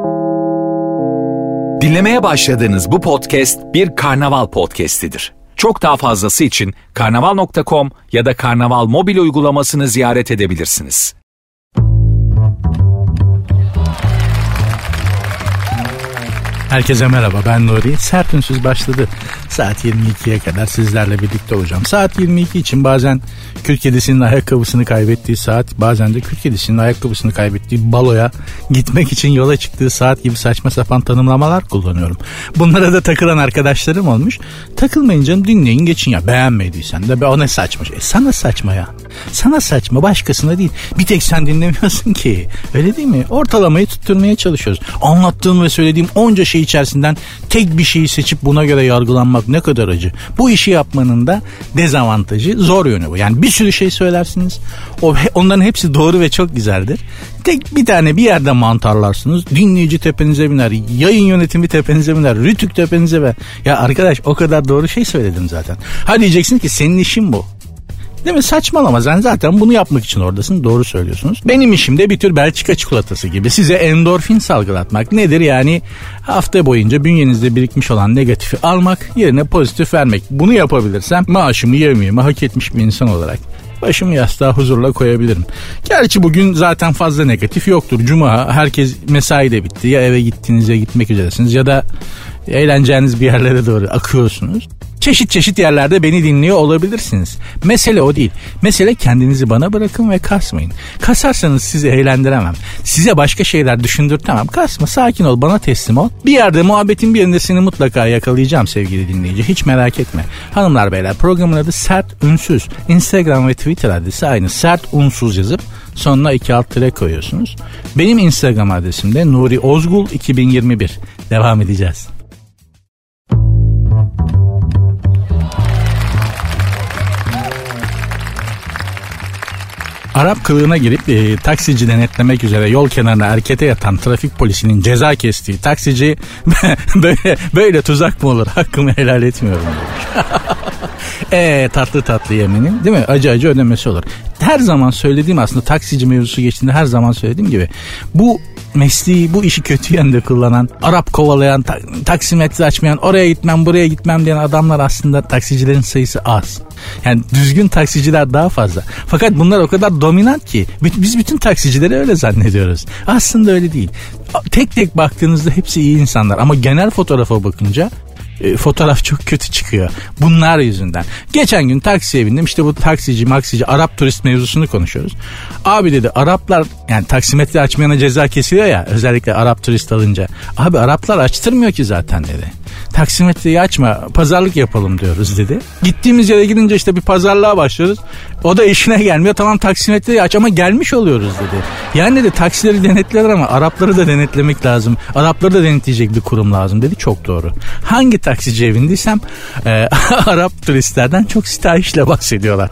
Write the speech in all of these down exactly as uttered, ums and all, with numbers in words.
Dinlemeye başladığınız bu podcast bir karnaval podcastidir. Çok daha fazlası için karnaval nokta com ya da Karnaval mobil uygulamasını ziyaret edebilirsiniz. Herkese merhaba, ben Nuri. Sert Ünsüz başladı. Saat yirmi ikiye kadar sizlerle birlikte olacağım. Saat yirmi iki için bazen kül kedisinin ayakkabısını kaybettiği saat, bazen de kül kedisinin ayakkabısını kaybettiği baloya gitmek için yola çıktığı saat gibi saçma sapan tanımlamalar kullanıyorum. Bunlara da takılan arkadaşlarım olmuş. Takılmayın canım, dinleyin geçin ya. Beğenmediysen de be, o ne saçma şey. E sana saçma ya. Sana saçma, başkasına değil. Bir tek sen dinlemiyorsun ki. Öyle değil mi? Ortalamayı tutturmaya çalışıyoruz. Anlattığım ve söylediğim onca şey içerisinden tek bir şeyi seçip buna göre yargılanmak ne kadar acı. Bu işi yapmanın da dezavantajı, zor yönü bu. Yani bir sürü şey söylersiniz. O, onların hepsi doğru ve çok güzeldir. Tek bir tane bir yerde mantarlarsınız. Dinleyici tepenize biner. Yayın yönetimi tepenize biner. Rütük tepenize biner. Ya arkadaş, o kadar doğru şey söyledim zaten. Ha diyeceksin ki senin işin bu. Değil mi? Saçmalama, sen zaten bunu yapmak için oradasın, doğru söylüyorsunuz. Benim işim de bir tür Belçika çikolatası gibi size endorfin salgılatmak. Nedir yani? Hafta boyunca bünyenizde birikmiş olan negatifi almak, yerine pozitif vermek. Bunu yapabilirsem maaşımı yemeğimi hak etmiş bir insan olarak başımı yastığa huzurla koyabilirim. Gerçi bugün zaten fazla negatif yoktur. Cuma, herkes mesai de bitti. Ya eve gittiğinizde gitmek üzeresiniz ya da eğleneceğiniz bir yerlere doğru akıyorsunuz. Çeşit çeşit yerlerde beni dinliyor olabilirsiniz. Mesele o değil. Mesele kendinizi bana bırakın ve kasmayın. Kasarsanız sizi eğlendiremem. Size başka şeyler düşündürtemem. Kasma, sakin ol, bana teslim ol. Bir yerde, muhabbetin bir yerinde seni mutlaka yakalayacağım sevgili dinleyici. Hiç merak etme. Hanımlar beyler, programın adı Sert Ünsüz. Instagram ve Twitter adresi aynı. Sert Unsuz yazıp sonuna iki alt tire koyuyorsunuz. Benim Instagram adresim de Nuri Ozgul iki bin yirmi bir. Devam edeceğiz. Arap kılığına girip e, taksici denetlemek üzere yol kenarına erkete yatan trafik polisinin ceza kestiği taksici böyle böyle tuzak mı olur, hakkımı helal etmiyorum demiş. Eee tatlı tatlı yeminin, değil mi? Acı acı ödemesi olur. Her zaman söylediğim, aslında taksici mevzusu geçtiğinde her zaman söylediğim gibi, bu mesleği, bu işi kötü yönde kullanan, Arap kovalayan, ta- taksimetre açmayan, oraya gitmem buraya gitmem diyen adamlar aslında taksicilerin sayısı az. Yani düzgün taksiciler daha fazla. Fakat bunlar o kadar dominant ki biz bütün taksicileri öyle zannediyoruz. Aslında öyle değil. Tek tek baktığınızda hepsi iyi insanlar ama genel fotoğrafa bakınca E, fotoğraf çok kötü çıkıyor. Bunlar yüzünden. Geçen gün taksiye bindim. İşte bu taksici, maksici, Arap turist mevzusunu konuşuyoruz. Abi dedi, Araplar, yani taksimetre açmayana ceza kesiliyor ya, özellikle Arap turist alınca. Abi Araplar açtırmıyor ki zaten dedi. Taksimetreyi açma, pazarlık yapalım diyoruz dedi. Gittiğimiz yere gidince işte bir pazarlığa başlıyoruz. O da işine gelmiyor. Tamam taksimetreyi aç ama gelmiş oluyoruz dedi. Yani dedi, taksileri denetler ama Arapları da denetlemek lazım. Arapları da denetleyecek bir kurum lazım dedi. Çok doğru. Hangi taksiciye bindiysem e, Arap turistlerden çok sitayişle bahsediyorlar.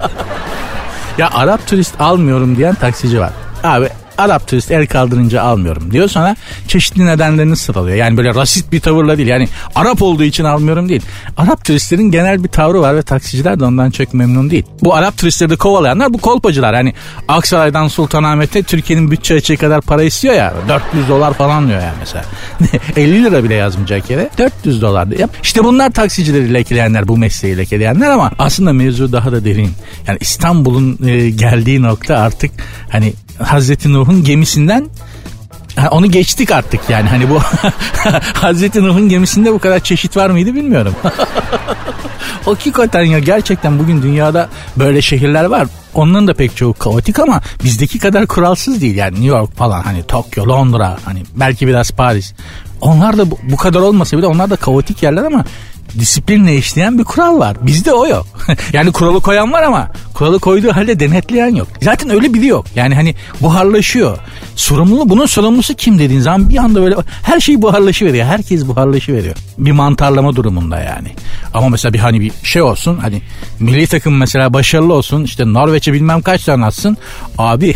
Ya Arap turist almıyorum diyen taksici var. Abi Arap turist el kaldırınca almıyorum diyor, sonra çeşitli nedenlerini sıralıyor. Yani böyle rasist bir tavırla değil, yani Arap olduğu için almıyorum değil. Arap turistlerin genel bir tavrı var ve taksiciler de ondan çok memnun değil. Bu Arap turistleri de kovalayanlar bu kolpacılar. Hani Aksaray'dan Sultanahmet'e Türkiye'nin bütçe açığı kadar para istiyor ya, dört yüz dolar falan diyor yani mesela. elli lira bile yazmayacak yere dört yüz dolar diyor. İşte bunlar taksicileri lekeleyenler, bu mesleği lekeleyenler ama aslında mevzu daha da derin. Yani İstanbul'un e, geldiği nokta artık hani Hazreti Nuh'un gemisinden, onu geçtik artık yani, hani bu Hazreti Nuh'un gemisinde bu kadar çeşit var mıydı bilmiyorum. Hakikaten ya, gerçekten bugün dünyada böyle şehirler var. Onların da pek çoğu kaotik ama bizdeki kadar kuralsız değil. Yani New York falan, hani Tokyo, Londra, hani belki biraz Paris. Onlar da bu, bu kadar olmasa bile onlar da kaotik yerler ama disiplinle işleyen bir kural var. Bizde o yok. Yani kuralı koyan var ama kuralı koyduğu halde denetleyen yok. Zaten öyle biri yok. Yani hani buharlaşıyor. Sorumlu, bunun sorumlusu kim dediğin zaman bir anda böyle her şey buharlaşıveriyor. Herkes buharlaşıveriyor. Bir mantarlama durumunda yani. Ama mesela bir hani bir şey olsun, hani milli takım mesela başarılı olsun, işte Norveç'e bilmem kaç tane atsın. Abi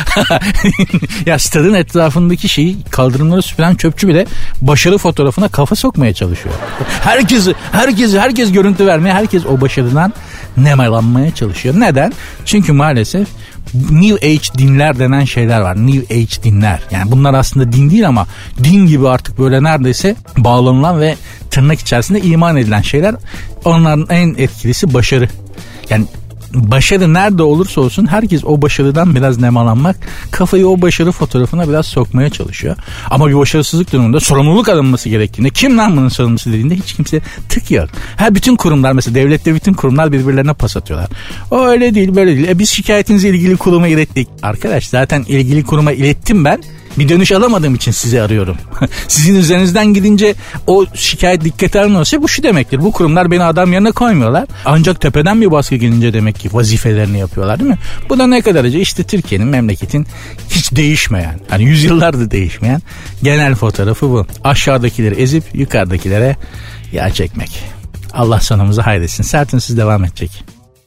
ya stadın etrafındaki şeyi, kaldırımları süpüren çöpçü bile başarı fotoğrafına kafa sokmaya çalışıyor. Herkes herkes herkes görüntü vermeye, herkes o başarıdan nemalanmaya çalışıyor. Neden? Çünkü maalesef New Age dinler denen şeyler var. New Age dinler. Yani bunlar aslında din değil ama din gibi artık böyle neredeyse bağlanılan ve tırnak içerisinde iman edilen şeyler. Onların en etkilisi başarı. Yani başarı nerede olursa olsun herkes o başarıdan biraz nemalanmak, kafayı o başarı fotoğrafına biraz sokmaya çalışıyor. Ama bir başarısızlık durumunda sorumluluk alınması gerektiğinde, kim lan bunun sorumlusu dediğinde hiç kimse tık yok. Ha, bütün kurumlar, mesela devlette bütün kurumlar birbirlerine pas atıyorlar. O öyle değil, böyle değil. E biz şikayetinizi ilgili kuruma ilettik. Arkadaş, zaten ilgili kuruma ilettim ben. Bir dönüş alamadığım için sizi arıyorum. Sizin üzerinizden gidince o şikayet dikkate alınıyorsa bu şu demektir. Bu kurumlar beni adam yerine koymuyorlar. Ancak tepeden bir baskı gelince demek ki vazifelerini yapıyorlar, değil mi? Bu da ne kadar acı? İşte Türkiye'nin, memleketin hiç değişmeyen, hani yüzyıllardır değişmeyen genel fotoğrafı bu. Aşağıdakileri ezip yukarıdakilere yağ çekmek. Allah sonumuzu hayretsin. Sertinsiz devam edecek.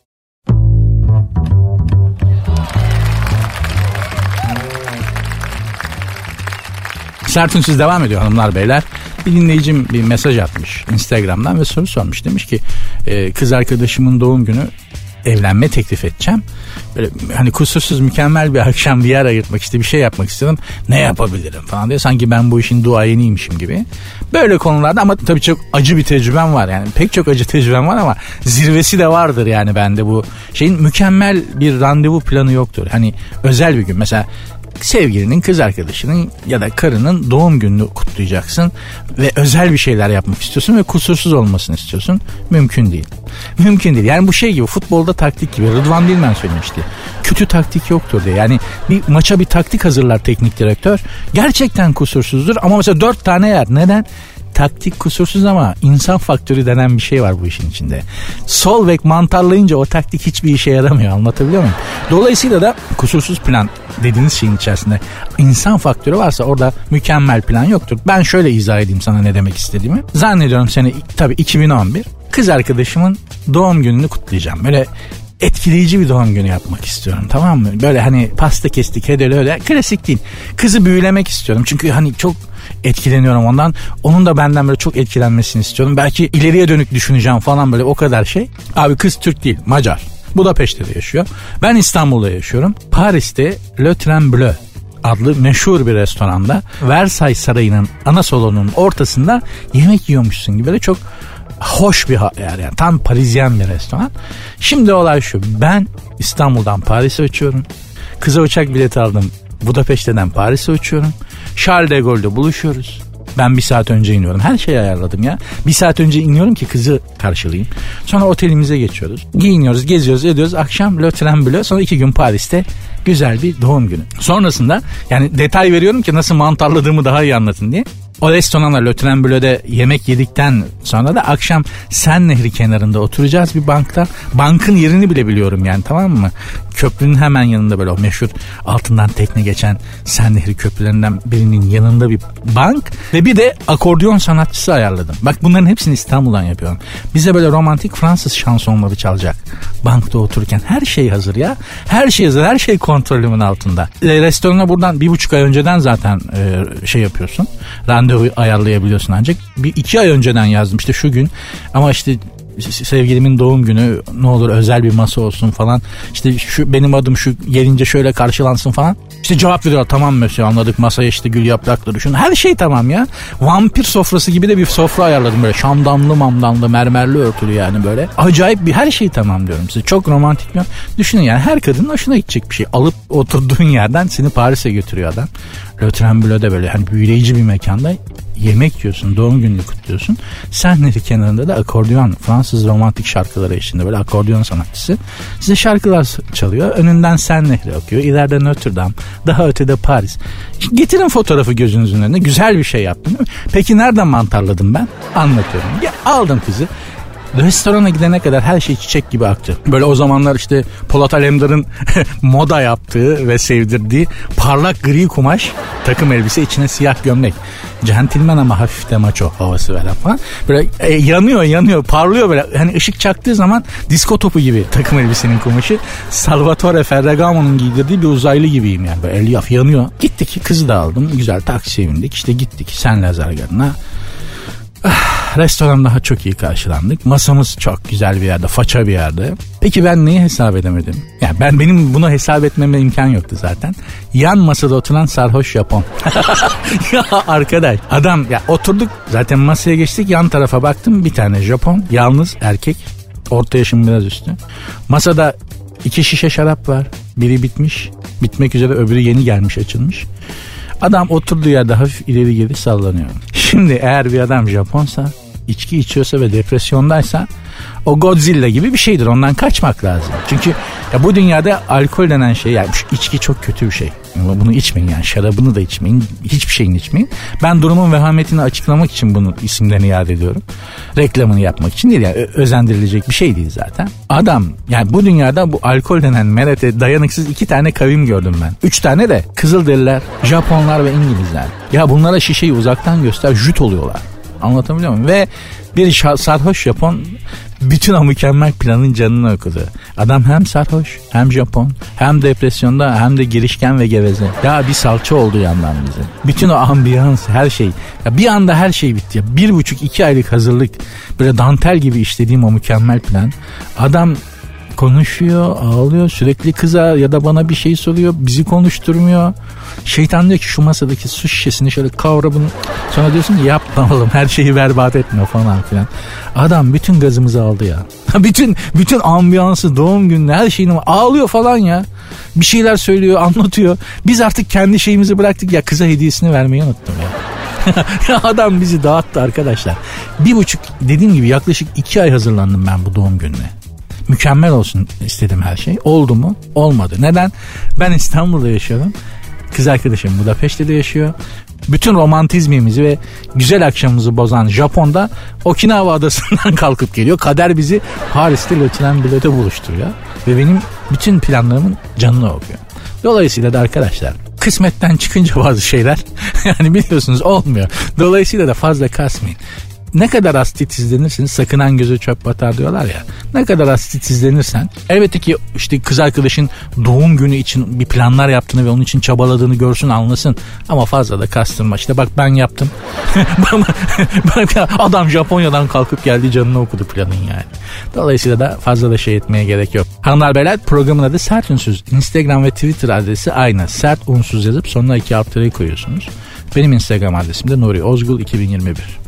Sertünsüz devam ediyor hanımlar beyler. Bir dinleyicim bir mesaj atmış Instagram'dan ve soru sormuş. Demiş ki e, kız arkadaşımın doğum günü, evlenme teklif edeceğim. Böyle hani kusursuz mükemmel bir akşam, bir yer ayırtmak, işte bir şey yapmak istedim. Ne yapabilirim falan diye, sanki ben bu işin duayeniymişim gibi. Böyle konularda, ama tabii çok acı bir tecrübem var. Yani pek çok acı tecrübem var ama zirvesi de vardır yani bende bu şeyin. Mükemmel bir randevu planı yoktur. Hani özel bir gün mesela sevgilinin, kız arkadaşının ya da karının doğum gününü kutlayacaksın ve özel bir şeyler yapmak istiyorsun ve kusursuz olmasını istiyorsun. Mümkün değil. Mümkün değil. Yani bu şey gibi, futbolda taktik gibi. Rıdvan Dilmen söylemişti. Kötü taktik yoktur diye. Yani bir maça bir taktik hazırlar teknik direktör. Gerçekten kusursuzdur ama mesela dört tane yer. Neden? Taktik kusursuz ama insan faktörü denen bir şey var bu işin içinde. Sol bek mantarlayınca o taktik hiçbir işe yaramıyor. Anlatabiliyor muyum? Dolayısıyla da kusursuz plan dediğiniz şeyin içerisinde insan faktörü varsa orada mükemmel plan yoktur. Ben şöyle izah edeyim sana ne demek istediğimi. Zannediyorum sene tabii iki bin on bir. Kız arkadaşımın doğum gününü kutlayacağım. Böyle etkileyici bir doğum günü yapmak istiyorum, tamam mı? Böyle hani pasta kestik, hedeli öyle klasik değil. Kızı büyülemek istiyorum çünkü hani çok etkileniyorum ondan. Onun da benden böyle çok etkilenmesini istiyorum. Belki ileriye dönük düşüneceğim falan, böyle o kadar şey. Abi kız Türk değil, Macar. Budapeşte de yaşıyor. Ben İstanbul'da yaşıyorum. Paris'te Le Train Bleu adlı meşhur bir restoranda Versailles Sarayı'nın ana salonunun ortasında yemek yiyormuşsun gibi, böyle çok hoş bir yer yani, tam Parisyen bir restoran. Şimdi olay şu: ben İstanbul'dan Paris'e uçuyorum. Kıza uçak bileti aldım. Budapeşte'den Paris'e uçuyorum. Charles de Gaulle'de buluşuyoruz. Ben bir saat önce iniyorum. Her şeyi ayarladım ya. Bir saat önce iniyorum ki kızı karşılayayım. Sonra otelimize geçiyoruz. Giyiniyoruz, geziyoruz, ediyoruz. Akşam Le Train Bleu. Sonra iki gün Paris'te güzel bir doğum günü. Sonrasında yani detay veriyorum ki nasıl mantarladığımı daha iyi anlatın diye. O restoranda Le Train Bleu'de yemek yedikten sonra da akşam Sen Nehri kenarında oturacağız bir bankta. Bankın yerini bile biliyorum yani, tamam mı? Köprünün hemen yanında, böyle o meşhur altından tekne geçen Sen Nehri köprülerinden birinin yanında bir bank ve bir de akordeon sanatçısı ayarladım. Bak, bunların hepsini İstanbul'dan yapıyorum. Bize böyle romantik Fransız şansonları çalacak. Bankta otururken her şey hazır ya. Her şey hazır, her şey kontrolümün altında. E, restorana buradan bir buçuk ay önceden zaten e, şey yapıyorsun. Randevu ayarlayabiliyorsun ancak. Bir iki ay önceden yazdım işte şu gün, ama işte sevgilimin doğum günü, ne olur özel bir masa olsun falan. İşte şu benim adım şu, gelince şöyle karşılansın falan. İşte cevap veriyor, tamam mesela, anladık, masaya işte gül yaprakları, şunu, her şey tamam ya. Vampir sofrası gibi de bir sofra ayarladım, böyle şamdanlı mamdanlı mermerli örtülü, yani böyle acayip bir, her şey tamam diyorum size. Çok romantik bir, düşünün yani, her kadının hoşuna gidecek bir şey. Alıp oturduğun yerden seni Paris'e götürüyor adam. Le Train Bleu'de böyle hani büyüleyici bir mekanda yemek yiyorsun, doğum gününü kutluyorsun. Sen Nehri kenarında da akordeon, Fransız romantik şarkıları eşliğinde böyle akordeon sanatçısı size şarkılar çalıyor. Önünden Sen Nehri okuyor. İleride Notre Dame, daha ötede Paris. Şimdi getirin fotoğrafı gözünüzün önüne. Güzel bir şey yaptım değil mi? Peki nereden mantarladım ben? Anlatıyorum. Ya, aldım kızı. Restorana gidene kadar her şey çiçek gibi aktı. Böyle o zamanlar işte Polat Alemdar'ın moda yaptığı ve sevdirdiği parlak gri kumaş takım elbise, içine siyah gömlek. Centilmen ama hafif de maço havası veren falan. Böyle e, yanıyor yanıyor parlıyor böyle. Hani ışık çaktığı zaman disko topu gibi takım elbisenin kumaşı. Salvatore Ferragamo'nun giydirdiği bir uzaylı gibiyim yani. Böyle elyaf yanıyor. Gittik, kızı da aldım. Güzel taksiye bindik. İşte gittik Sen Lazar Garı'na. Restoran daha çok iyi karşılandık. Masamız çok güzel bir yerde, faça bir yerde. Peki ben neyi hesap edemedim? Yani ben benim bunu hesap etmeme imkan yoktu zaten. Yan masada oturan sarhoş Japon. Ya arkadaş, adam ya oturduk zaten masaya geçtik, yan tarafa baktım, bir tane Japon, yalnız erkek, orta yaşım biraz üstü. Masada iki şişe şarap var. Biri bitmiş, bitmek üzere, öbürü yeni gelmiş, açılmış. Adam oturduğu yerde hafif ileri geri sallanıyor. Şimdi eğer bir adam Japonsa, içki içiyorsa ve depresyondaysa o Godzilla gibi bir şeydir. Ondan kaçmak lazım. Çünkü ya bu dünyada alkol denen şey, yani içki çok kötü bir şey. Bunu içmeyin yani, şarabını da içmeyin, hiçbir şeyini içmeyin. Ben durumun vehametini açıklamak için bunun isimlerini iade ediyorum. Reklamını yapmak için değil, yani özendirilecek bir şey değil zaten. Adam yani bu dünyada bu alkol denen merete dayanıksız iki tane kavim gördüm ben. Üç tane de Kızılderililer, Japonlar ve İngilizler. Ya bunlara şişeyi uzaktan göster, jüt oluyorlar. Anlatabiliyor muyum? Ve bir sarhoş Japon bütün o mükemmel planın canını okudu. Adam hem sarhoş, hem Japon, hem depresyonda, hem de girişken ve geveze. Ya bir salça oldu yandan bize. Bütün o ambiyans, her şey. Ya bir anda her şey bitti. Ya bir buçuk iki aylık hazırlık, böyle dantel gibi işlediğim o mükemmel plan. Adam konuşuyor, ağlıyor, sürekli kıza ya da bana bir şey soruyor, bizi konuşturmuyor. Şeytan diyor ki şu masadaki su şişesini şöyle kavra bunu. Sonra diyorsun ki yapma oğlum, her şeyi berbat etme falan filan. Adam bütün gazımızı aldı ya. bütün bütün ambiyansı, doğum günü, her şeyini ağlıyor falan ya. Bir şeyler söylüyor, anlatıyor. Biz artık kendi şeyimizi bıraktık ya, kıza hediyesini vermeyi unuttum ya. Adam bizi dağıttı arkadaşlar. Bir buçuk, dediğim gibi yaklaşık iki ay hazırlandım ben bu doğum gününe. Mükemmel olsun istedim her şey. Oldu mu? Olmadı. Neden? Ben İstanbul'da yaşıyorum. Kız arkadaşım Budapeşte'de yaşıyor. Bütün romantizmimizi ve güzel akşamımızı bozan Japon'da Okinawa adasından kalkıp geliyor. Kader bizi Paris'te Lötren Bleu'de buluşturuyor. Ve benim bütün planlarımın canını okuyor. Dolayısıyla da arkadaşlar, kısmetten çıkınca bazı şeyler yani biliyorsunuz olmuyor. Dolayısıyla da fazla kasmayın. Ne kadar az titizlenirsiniz, sakınan göze çöp batar diyorlar ya. Ne kadar az titizlenirsen, elbette ki işte kız arkadaşın doğum günü için bir planlar yaptığını ve onun için çabaladığını görsün, anlasın. Ama fazla da kastırma. İşte bak ben yaptım. Adam Japonya'dan kalkıp geldi, canını okudu planın yani. Dolayısıyla da fazla da şey etmeye gerek yok. Hanımlar beyler, programın adı Sert Unsuz. Instagram ve Twitter adresi aynı. Sert Unsuz yazıp sonuna iki alt tireyi koyuyorsunuz. Benim Instagram adresim de Nuri Ozgul iki bin yirmi bir.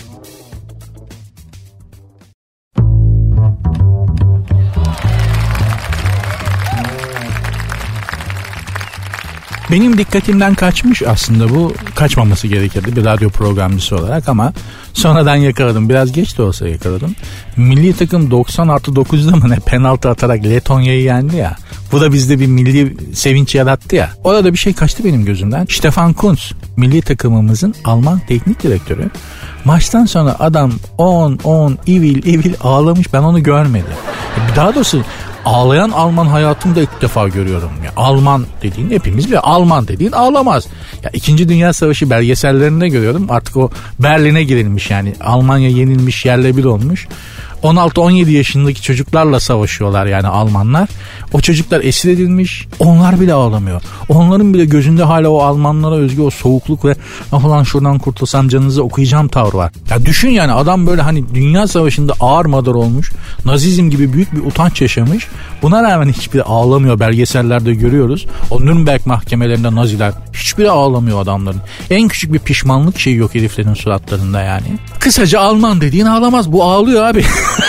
Benim dikkatimden kaçmış aslında bu. Kaçmaması gerekirdi bir radyo programcısı olarak ama sonradan yakaladım. Biraz geç de olsa yakaladım. Milli takım doksan artı dokuzda mı ne penaltı atarak Letonya'yı yendi ya. Bu da bizde bir milli sevinç yarattı ya. Orada bir şey kaçtı benim gözümden. Stefan Kuntz, milli takımımızın Alman teknik direktörü. Maçtan sonra adam on on ivil ivil ağlamış, ben onu görmedim. Daha doğrusu ağlayan Alman hayatımda ilk defa görüyorum. Ya, Alman dediğin, hepimiz bir Alman dediğin ağlamaz. Ya, İkinci Dünya Savaşı belgesellerinde görüyorum. Artık o Berlin'e girilmiş, yani Almanya yenilmiş, yerle bir olmuş. on altı on yedi yaşındaki çocuklarla savaşıyorlar yani Almanlar. O çocuklar esir edilmiş. Onlar bile ağlamıyor. Onların bile gözünde hala o Almanlara özgü o soğukluk ve ah lan şuradan kurtulsam canınızı okuyacağım tavrı var. Ya düşün yani, adam böyle hani Dünya Savaşı'nda ağır madar olmuş. Nazizm gibi büyük bir utanç yaşamış. Buna rağmen hiçbiri ağlamıyor. Belgesellerde görüyoruz. O Nürnberg mahkemelerinde Naziler, hiçbiri ağlamıyor adamların. En küçük bir pişmanlık şeyi yok heriflerin suratlarında yani. Kısaca Alman dediğin ağlamaz. Bu ağlıyor abi.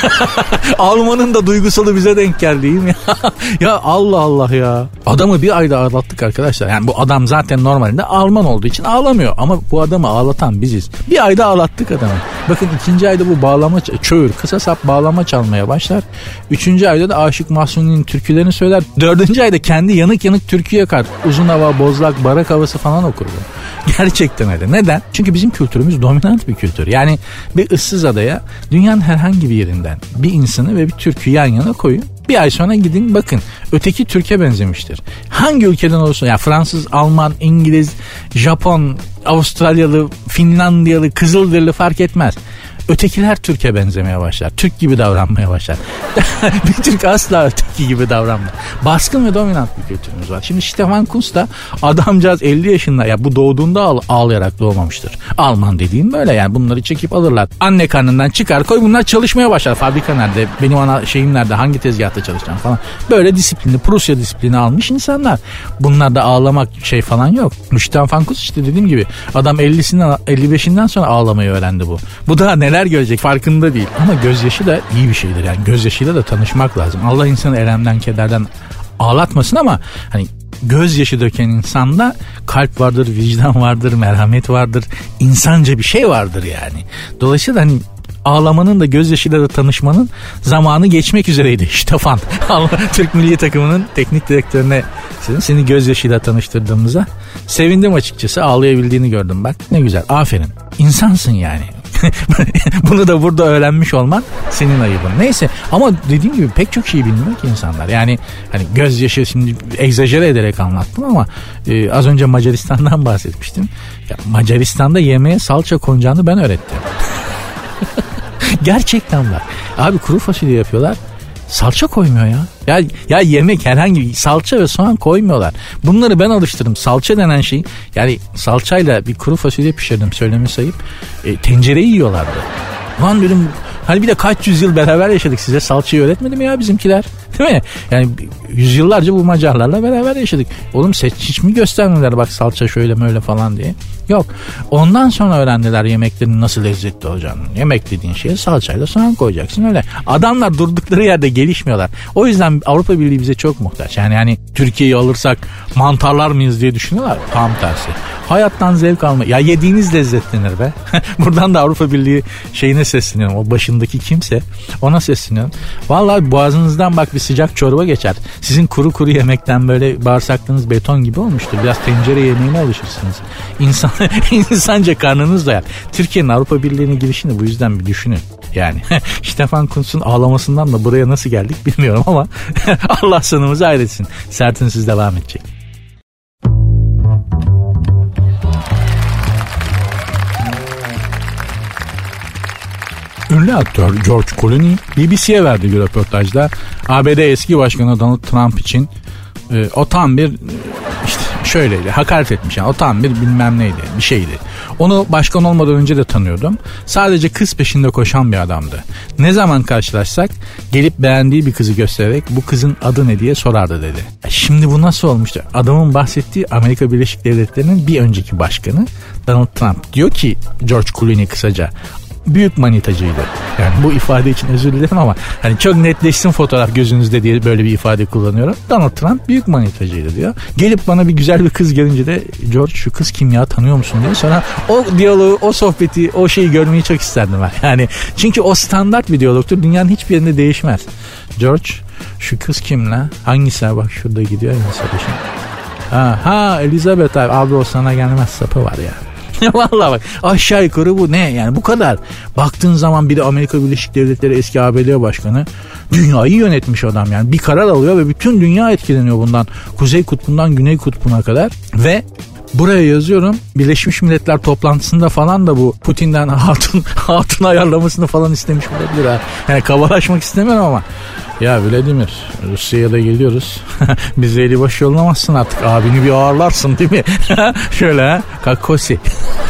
Almanın da duygusalı bize denk geldi değil mi? Ya Allah Allah ya. Adamı bir ayda ağlattık arkadaşlar. Yani bu adam zaten normalde Alman olduğu için ağlamıyor. Ama bu adamı ağlatan biziz. Bir ayda ağlattık adamı. Bakın ikinci ayda bu bağlama çöğür, kısa sap bağlama çalmaya başlar. Üçüncü ayda da Aşık Mahsuni'nin türkülerini söyler. Dördüncü ayda kendi yanık yanık türkü yakar. Uzun hava, bozlak, barak havası falan okur bu. Gerçekten öyle. Neden? Çünkü bizim kültürümüz dominant bir kültür. Yani bir ıssız adaya dünyanın herhangi bir yerinden bir insanı ve bir türkü yan yana koyun. Bir ay sonra gidin bakın, öteki Türkiye benzemiştir. Hangi ülkeden olursa, ya Fransız, Alman, İngiliz, Japon, Avustralyalı, Finlandiyalı, Kızılderili fark etmez. ötekiler Türk'e benzemeye başlar. Türk gibi davranmaya başlar. Bir Türk asla öteki gibi davranmaz. Baskın ve dominant bir kültürümüz var. Şimdi Stefan Kuntz da adamcağız elli yaşında, ya bu doğduğunda ağ- ağlayarak doğmamıştır. Alman dediğim böyle yani, bunları çekip alırlar. Anne karnından çıkar koy, bunlar çalışmaya başlar. Fabrika nerede? Benim ana şeyim nerede? Hangi tezgahta çalışacağım falan. Böyle disiplinli, Prusya disiplini almış insanlar. Bunlarda ağlamak şey falan yok. Stefan Kuntz işte dediğim gibi adam ellisinden elli beşinden sonra ağlamayı öğrendi bu. Bu da neler görecek farkında değil. Ama gözyaşı da iyi bir şeydir yani. Gözyaşıyla da tanışmak lazım. Allah insanı elemden, kederden ağlatmasın ama hani gözyaşı döken insanda kalp vardır, vicdan vardır, merhamet vardır, insanca bir şey vardır yani. Dolayısıyla hani ağlamanın da gözyaşıyla da tanışmanın zamanı geçmek üzereydi. Stefan, Türk milli takımının teknik direktörüne seni gözyaşıyla tanıştırdığımıza sevindim açıkçası. Ağlayabildiğini gördüm bak. Ne güzel, aferin. İnsansın yani. Bunu da burada öğrenmiş olman senin ayıbın. Neyse, ama dediğim gibi pek çok şey bilmiyor ki insanlar. Yani hani gözyaşı, şimdi egzajere ederek anlattım ama e, az önce Macaristan'dan bahsetmiştim. Ya, Macaristan'da yemeğe salça konacağını ben öğrettim. Gerçekten var. Abi kuru fasulye yapıyorlar. Salça koymuyor ya. Ya ya yemek herhangi bir salça ve soğan koymuyorlar. Bunları ben alıştırdım. Salça denen şey, yani salçayla bir kuru fasulye pişirdim, söylemi sayıp e, tencereyi yiyorlardı. Lan dedim, hani bir de kaç yüzyıl beraber yaşadık, size salçayı öğretmedi mi ya bizimkiler? Değil mi? Yani yüzyıllarca bu Macarlarla beraber yaşadık. Oğlum seç, hiç mi göstermediler bak salça şöyle mi öyle falan diye. Yok. Ondan sonra öğrendiler yemeklerin nasıl lezzetli olacağını. Yemek dediğin şeye salçayla soğan koyacaksın öyle. Adamlar durdukları yerde gelişmiyorlar. O yüzden Avrupa Birliği bize çok muhtaç. Yani hani Türkiye'yi alırsak mantarlar mıyız diye düşünüyorlar. Tam tersi. Hayattan zevk alma. Ya yediğiniz lezzetlenir be. Buradan da Avrupa Birliği şeyine sesleniyorum. O başındaki kimse, ona sesleniyorum. Vallahi boğazınızdan bak bir sıcak çorba geçer. Sizin kuru kuru yemekten böyle bağırsaklarınız beton gibi olmuştur. Biraz tencere yemeğine alışırsınız. İnsan, insanca karnınız doyar. Türkiye'nin Avrupa Birliği'ne girişini bu yüzden bir düşünün. Yani Stefan Kuntz'un ağlamasından da buraya nasıl geldik bilmiyorum ama Allah sonumuzu hayretsin. Sertinsiz devam edecek. Ünlü aktör George Clooney B B C'ye verdiği bir röportajda A B D eski başkanı Donald Trump için e, o tam bir işte şöyleydi, hakaret etmiş yani, o tam bir bilmem neydi, bir şeydi. Onu başkan olmadan önce de tanıyordum. Sadece kız peşinde koşan bir adamdı. Ne zaman karşılaşsak gelip beğendiği bir kızı göstererek bu kızın adı ne diye sorardı dedi. Şimdi bu nasıl olmuştu? Adamın bahsettiği Amerika Birleşik Devletleri'nin bir önceki başkanı Donald Trump. Diyor ki George Clooney kısaca, büyük manitacıydı. Yani bu ifade için özür dilerim ama hani çok netleşsin fotoğraf gözünüzde diye böyle bir ifade kullanıyorum. Donald Trump büyük manitacıydı diyor. Gelip bana bir güzel bir kız gelince de George şu kız kim ya, tanıyor musun diye. Sonra o diyaloğu, o sohbeti, o şeyi görmeyi çok isterdim ben. Yani çünkü o standart bir diyalogtur. Dünyanın hiçbir yerinde değişmez. George şu kız kim la? Hangisi? Bak şurada gidiyor ya sarışın. Ha, ha Elizabeth abi, abi o sana gelmez, sapı var ya. Vallahi bak aşağı yukarı bu ne yani, bu kadar. Baktığın zaman bir de Amerika Birleşik Devletleri eski A B D başkanı, dünyayı yönetmiş adam yani, bir karar alıyor ve bütün dünya etkileniyor bundan, Kuzey Kutbu'ndan Güney Kutbu'na kadar. Ve buraya yazıyorum, Birleşmiş Milletler toplantısında falan da bu Putin'den hatun hatun ayarlamasını falan istemiş olabilir ha. Yani kabalaşmak istemiyorum ama ya Vladimir, Rusya'ya da geliyoruz. Bizi eli boş yollamazsın artık. Abini bir ağırlarsın değil mi? Şöyle ha. Kakosi.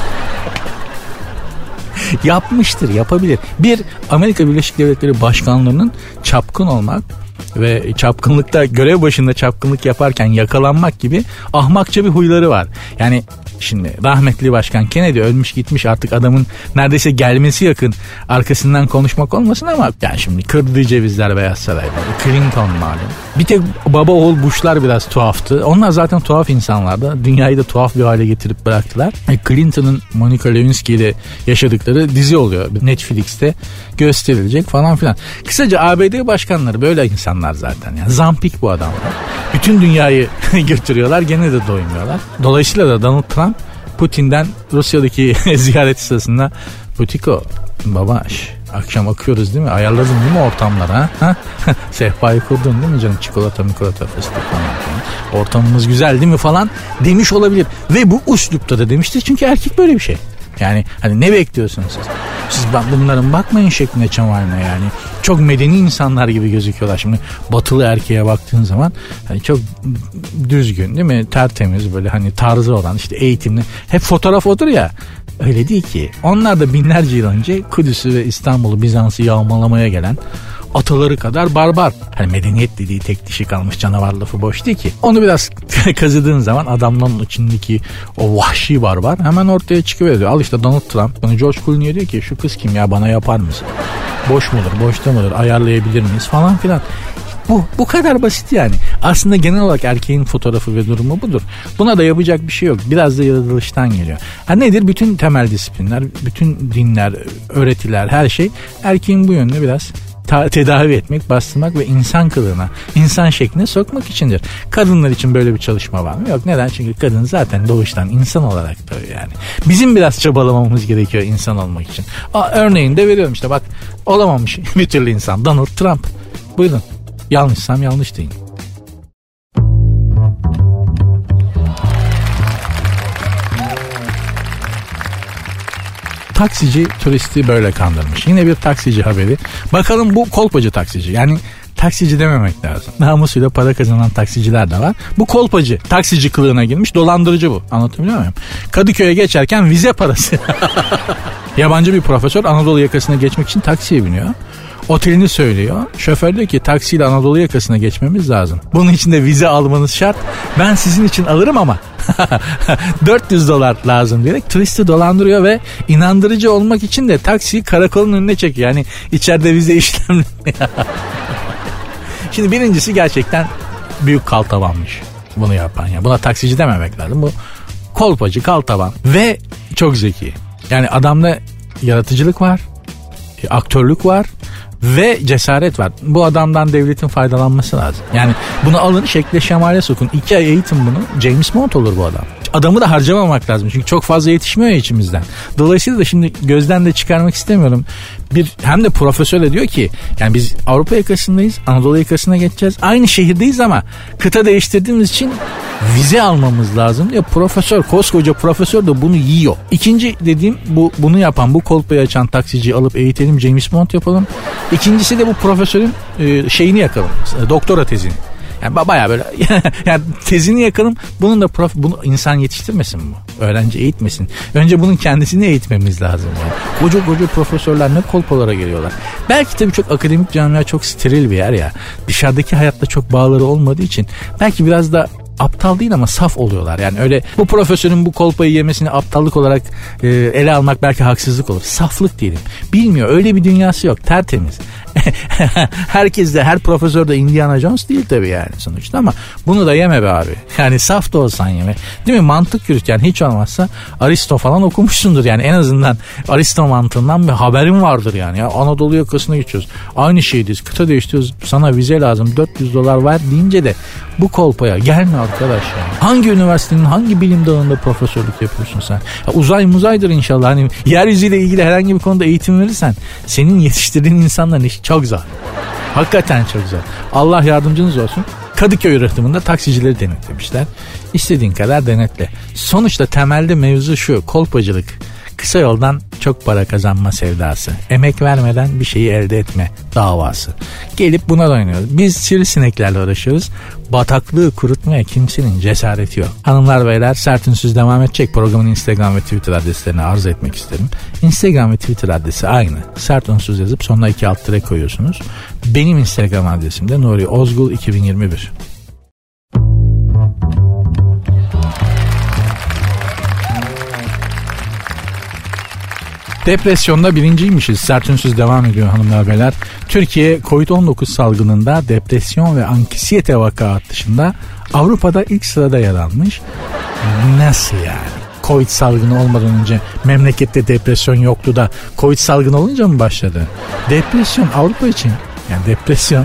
Yapmıştır, yapabilir. Bir, Amerika Birleşik Devletleri başkanlarının çapkın olmak ve çapkınlıkta, görev başında çapkınlık yaparken yakalanmak gibi ahmakça bir huyları var. Yani şimdi rahmetli başkan Kennedy ölmüş gitmiş, artık adamın neredeyse gelmesi yakın, arkasından konuşmak olmasın ama yani şimdi kırdığı cevizler Beyaz Saray'da, Clinton malum. Bir tek baba oğul Bush'lar biraz tuhaftı. Onlar zaten tuhaf insanlardı. Dünyayı da tuhaf bir hale getirip bıraktılar. E, Clinton'ın Monica Lewinsky ile yaşadıkları dizi oluyor. Netflix'te gösterilecek falan filan. Kısaca A B D başkanları böyle insanlar zaten. Yani zampik bu adamlar. Bütün dünyayı götürüyorlar, gene de doymuyorlar. Dolayısıyla da Donald Trump Putin'den Rusya'daki ziyareti sırasında, Putiko babaş akşam akıyoruz değil mi? Ayarladın değil mi ortamları ha? ha? Sehpayı kurdun değil mi canım? Çikolata, mikolata, fıstık falan. Ortamımız güzel değil mi falan demiş olabilir. Ve bu üslupta da demiştir çünkü erkek böyle bir şey. Yani hani ne bekliyorsunuz siz? Siz bunların bakmayın şekline çamaline yani. Çok medeni insanlar gibi gözüküyorlar. Şimdi batılı erkeğe baktığın zaman hani çok düzgün değil mi? Tertemiz böyle hani tarzı olan işte eğitimli. Hep fotoğraf odur ya. Öyle değil ki. Onlar da binlerce yıl önce Kudüs'ü ve İstanbul'u, Bizans'ı yağmalamaya gelen ataları kadar barbar. Hani medeniyet dediği tek dişi kalmış canavar lafı boş değil ki. Onu biraz kazıdığın zaman adamların içindeki o vahşi barbar hemen ortaya çıkıveriyor. Al işte Donald Trump. Bunu George Clooney diyor ki şu kız kim ya, bana yapar mısın? Boş mudur, boşta mıdır, ayarlayabilir miyiz falan filan. Bu, bu kadar basit yani. Aslında genel olarak erkeğin fotoğrafı ve durumu budur. Buna da yapacak bir şey yok. Biraz da yaratılıştan geliyor. Ha nedir? Bütün temel disiplinler, bütün dinler, öğretiler, her şey erkeğin bu yönünü biraz ta- tedavi etmek, bastırmak ve insan kılığına, insan şekline sokmak içindir. Kadınlar için böyle bir çalışma var mı? Yok. Neden? Çünkü kadın zaten doğuştan insan olarak doğuyor yani. Bizim biraz çabalamamız gerekiyor insan olmak için. Aa, örneğini de veriyorum işte bak, olamamış bir türlü insan Donald Trump. Buyurun. Yanlışsam yanlış deyin. Taksici turisti böyle kandırmış. Yine bir taksici haberi. Bakalım bu kolpacı taksici. Yani taksici dememek lazım. Namusuyla para kazanan taksiciler de var. Bu kolpacı. Taksici kılığına girmiş. Dolandırıcı bu. Anlatabiliyor muyum? Kadıköy'e geçerken vize parası. Yabancı bir profesör Anadolu yakasına geçmek için taksiye biniyor. Otelini söylüyor. Şoför diyor ki taksiyle Anadolu yakasına geçmemiz lazım. Bunun için de vize almanız şart. Ben sizin için alırım ama dört yüz dolar lazım diyerek turisti dolandırıyor ve inandırıcı olmak için de taksiyi karakolun önüne çekiyor. Yani içeride vize işlemleri. Şimdi birincisi gerçekten büyük kaltavanmış bunu yapan. Yani buna taksici dememek lazım. Bu kolpacı, kaltavan ve çok zeki. Yani adamda yaratıcılık var, aktörlük var ve cesaret var. Bu adamdan devletin faydalanması lazım. Yani bunu alın, şekle şemale sokun. İki ay eğitim bunu. James Bond olur bu adam. Adamı da harcamamak lazım. Çünkü çok fazla yetişmiyor ya içimizden. Dolayısıyla da şimdi gözden de çıkarmak istemiyorum. Bir hem de profesör de diyor ki yani biz Avrupa yakasındayız, Anadolu yakasına geçeceğiz. Aynı şehirdeyiz ama kıta değiştirdiğimiz için vize almamız lazım diye profesör, koskoca profesör de bunu yiyor. İkinci dediğim bu, bunu yapan, bu kolpayı açan taksiciyi alıp eğitelim, James Bond yapalım. İkincisi de bu profesörün e, şeyini yakalım, doktora tezini. Yani bayağı böyle yani tezini yakalım. Bunun da prof, bunu insan yetiştirmesin bu. Öğrenci eğitmesin. Önce bunun kendisini eğitmemiz lazım yani. Koca koca profesörler ne kolpalara geliyorlar. Belki tabii çok akademik camia çok steril bir yer ya. Dışarıdaki hayatla çok bağları olmadığı için belki biraz da aptal değil ama saf oluyorlar. Yani öyle bu profesörün bu kolpayı yemesini aptallık olarak e, ele almak belki haksızlık olur. Saflık diyelim. Bilmiyor. Öyle bir dünyası yok. Tertemiz. Herkes de, her profesör de Indiana Jones değil tabii yani sonuçta ama bunu da yeme be abi. Yani saf da olsan yeme. Değil mi? Mantık yürüt yani, hiç olmazsa Aristo falan okumuşsundur yani, en azından Aristo mantığından bir haberin vardır yani. Ya Anadolu yakasına geçiyoruz. Aynı şeydeyiz. Kıta değiştiriyoruz. Sana vize lazım. dört yüz dolar ver deyince de bu kolpaya gelme arkadaş yani. Hangi üniversitenin hangi bilim dalında profesörlük yapıyorsun sen? Ya uzay muzaydır inşallah. Hani yeryüzüyle ilgili herhangi bir konuda eğitim verirsen senin yetiştirdiğin insanların işi çok zor. Hakikaten çok zor. Allah yardımcınız olsun. Kadıköy üretiminde taksicileri denetlemişler. İstediğin kadar denetle. Sonuçta temelde mevzu şu: kolpacılık. Kısa yoldan çok para kazanma sevdası. Emek vermeden bir şeyi elde etme davası. Gelip buna da oynuyoruz. Biz sivrisineklerle uğraşıyoruz. Bataklığı kurutmaya kimsenin cesareti yok. Hanımlar beyler, Sert Ünsüz devam edecek. Programın Instagram ve Twitter adreslerini arz etmek isterim. Instagram ve Twitter adresi aynı. Sert Ünsüz yazıp sonuna iki alt tire koyuyorsunuz. Benim Instagram adresim de Nuri Ozgul iki bin yirmi bir. Depresyonda birinciymişiz. Sert Ünsüz devam ediyor hanımlar beyler. Türkiye kovid on dokuz salgınında depresyon ve anksiyete vakaat dışında Avrupa'da ilk sırada yer almış. Nasıl yani? Covid salgını olmadan önce memlekette depresyon yoktu da Covid salgını olunca mı başladı? Depresyon Avrupa için, yani depresyon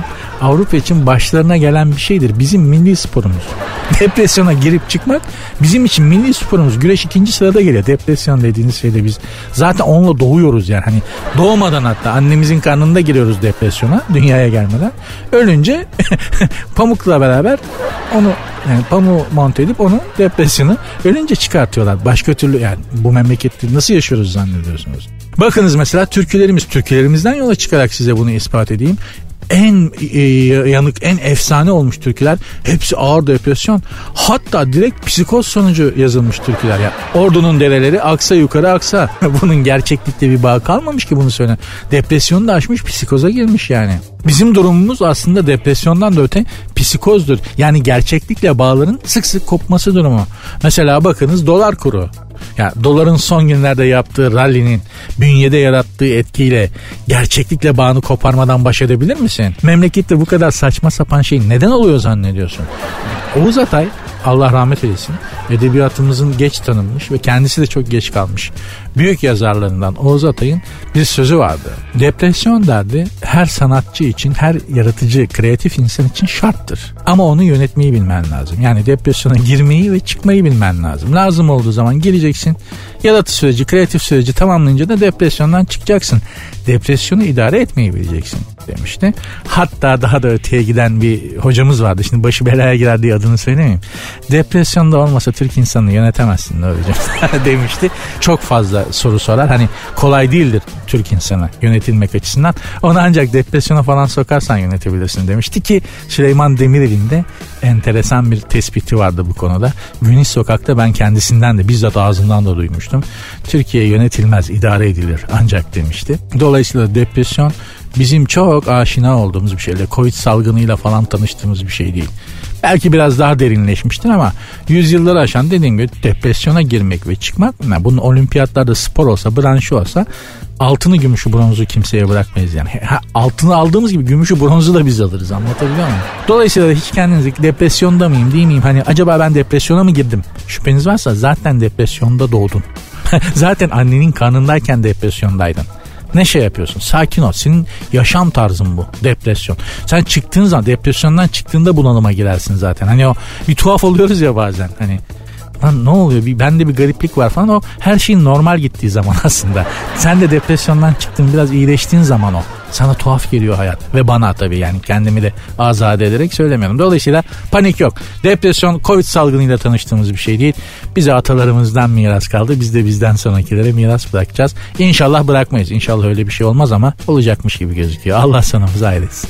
Avrupa için başlarına gelen bir şeydir. Bizim milli sporumuz. Depresyona girip çıkmak bizim için milli sporumuz. Güreş ikinci sırada geliyor. Depresyon dediğiniz şeyde biz zaten onunla doğuyoruz yani. Hani doğmadan hatta annemizin karnında giriyoruz depresyona dünyaya gelmeden. Ölünce pamukla beraber onu yani pamuğu monte edip onu depresyonu ölünce çıkartıyorlar. Başka türlü yani bu memlekette nasıl yaşıyoruz zannediyorsunuz? Bakınız mesela türkülerimiz, türkülerimizden yola çıkarak size bunu ispat edeyim. En e, yanık, en efsane olmuş türküler hepsi ağır depresyon. Hatta direkt psikoz sonucu yazılmış türküler ya. Ordunun dereleri aksa yukarı aksa. Bunun gerçeklikte bir bağ kalmamış ki bunu söyle. Depresyonu da aşmış, psikoza girmiş yani. Bizim durumumuz aslında depresyondan da öte psikozdur. Yani gerçeklikle bağların sık sık kopması durumu. Mesela bakınız dolar kuru. Ya doların son günlerde yaptığı rally'nin bünyede yarattığı etkiyle gerçeklikle bağını koparmadan baş edebilir misin? Memlekette bu kadar saçma sapan şey neden oluyor zannediyorsun? Oğuz Atay, Allah rahmet eylesin, edebiyatımızın geç tanınmış ve kendisi de çok geç kalmış büyük yazarlarından Oğuz Atay'ın bir sözü vardı. Depresyon derdi her sanatçı için, her yaratıcı, kreatif insan için şarttır. Ama onu yönetmeyi bilmen lazım. Yani depresyona girmeyi ve çıkmayı bilmen lazım. Lazım olduğu zaman gireceksin. Yaratı süreci, kreatif süreci tamamlayınca da depresyondan çıkacaksın. Depresyonu idare etmeyi bileceksin demişti. Hatta daha da öteye giden bir hocamız vardı. Şimdi başı belaya girer diye adını söylemeyeyim. Depresyonda olmasa Türk insanını yönetemezsin hocam demişti. Çok fazla soru sorar. Hani kolay değildir Türk insanı yönetilmek açısından. Onu ancak depresyona falan sokarsan yönetebilirsin demişti ki Süleyman Demirel'in de enteresan bir tespiti vardı bu konuda. Güneş Sokak'ta ben kendisinden de bizzat ağzından da duymuştum. Türkiye yönetilmez, idare edilir ancak demişti. Dolayısıyla depresyon bizim çok aşina olduğumuz bir şeyle, Covid salgınıyla falan tanıştığımız bir şey değil. Belki biraz daha derinleşmiştir ama yüzyılları aşan dediğim gibi depresyona girmek ve çıkmak, yani bunun olimpiyatlarda spor olsa, branşı olsa altını, gümüşü, bronzu kimseye bırakmayız yani. Ha, altını aldığımız gibi gümüşü, bronzu da biz alırız, anlatabiliyor muyum? Dolayısıyla hiç kendinizi depresyonda mıyım değil miyim, hani acaba ben depresyona mı girdim? Şüpheniz varsa zaten depresyonda doğdun. Zaten annenin karnındayken depresyondaydın. Ne şey yapıyorsun? Sakin ol. Senin yaşam tarzın bu. Depresyon. Sen çıktığın zaman, depresyondan çıktığında bunalıma girersin zaten. Hani o bir tuhaf oluyoruz ya bazen. Hani lan ne oluyor? Bir, bende bir gariplik var falan. O her şeyin normal gittiği zaman aslında. Sen de depresyondan çıktın, biraz iyileştiğin zaman o. Sana tuhaf geliyor hayat. Ve bana tabii, yani kendimi de azade ederek söylemiyorum. Dolayısıyla panik yok. Depresyon Covid salgınıyla tanıştığımız bir şey değil. Bize atalarımızdan miras kaldı. Biz de bizden sonrakilere miras bırakacağız. İnşallah bırakmayız. İnşallah öyle bir şey olmaz ama olacakmış gibi gözüküyor. Allah sonumuzu hayretsin.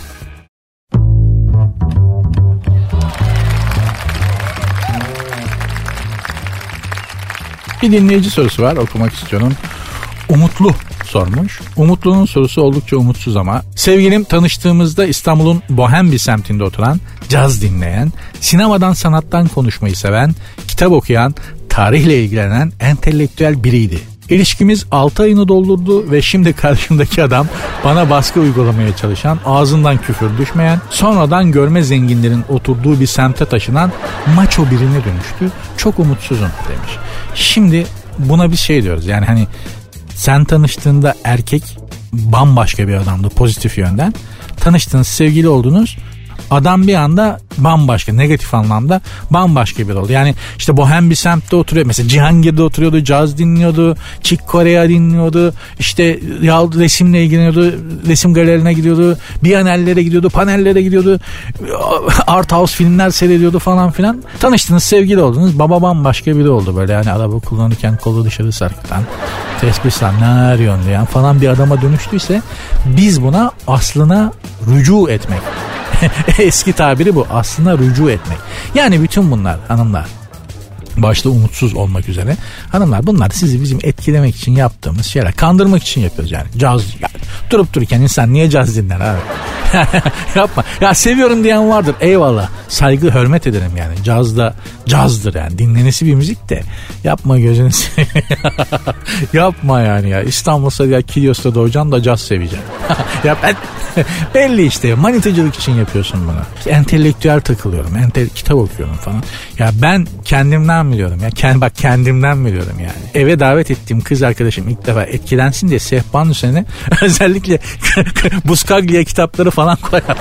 Bir dinleyici sorusu var, okumak istiyorum. Umutlu sormuş. Umutlu'nun sorusu oldukça umutsuz ama. Sevgilim tanıştığımızda İstanbul'un bohem bir semtinde oturan, caz dinleyen, sinemadan sanattan konuşmayı seven, kitap okuyan, tarihle ilgilenen entelektüel biriydi. İlişkimiz altı ayını doldurdu ve şimdi karşımdaki adam bana baskı uygulamaya çalışan, ağzından küfür düşmeyen, sonradan görme zenginlerin oturduğu bir semte taşınan maço birine dönüştü. Çok umutsuzum demiş. Şimdi buna bir şey diyoruz. Yani hani sen tanıştığında erkek bambaşka bir adamdı pozitif yönden. Tanıştınız, sevgili oldunuz. Adam bir anda bambaşka, negatif anlamda bambaşka bir oldu. Yani işte bohem bir semtte oturuyor. Mesela Cihangir'de oturuyordu, caz dinliyordu, Chick Corea dinliyordu. İşte ya resimle ilgileniyordu, resim galerilerine gidiyordu, biyanellere gidiyordu, panellere gidiyordu, art house filmler seyrediyordu falan filan. Tanıştınız, sevgili oldunuz. Baba bambaşka biri oldu böyle. Yani araba kullanırken kolu dışarı sarkıtan, tespih sanaryon diyen falan bir adama dönüştüyse biz buna aslına rücu etmek. Eski tabiri bu, aslına rücu etmek. Yani bütün bunlar hanımlar, başta umutsuz olmak üzere hanımlar, bunlar sizi bizim etkilemek için yaptığımız şeyler, kandırmak için yapıyoruz yani. Caz yani. Durup dururken insan niye caz dinler abi? Yapma. Ya seviyorum diyen vardır, eyvallah, saygı hürmet ederim yani. Caz da cazdır yani, dinlenesi bir müzik de yapma gözünü yapma yani ya. İstanbul'da ya Kilyos'ta doğacaksın da caz seveceksin. Ya ben belli işte, manitacılık için yapıyorsun bunu. Entelektüel takılıyorum, entel kitap okuyorum falan. Ya ben kendimden biliyorum ya. Kend, bak kendimden biliyorum yani. Eve davet ettiğim kız arkadaşım ilk defa etkilensin diye sehpanın üzerine özellikle Buscaglia kitapları falan koyardım.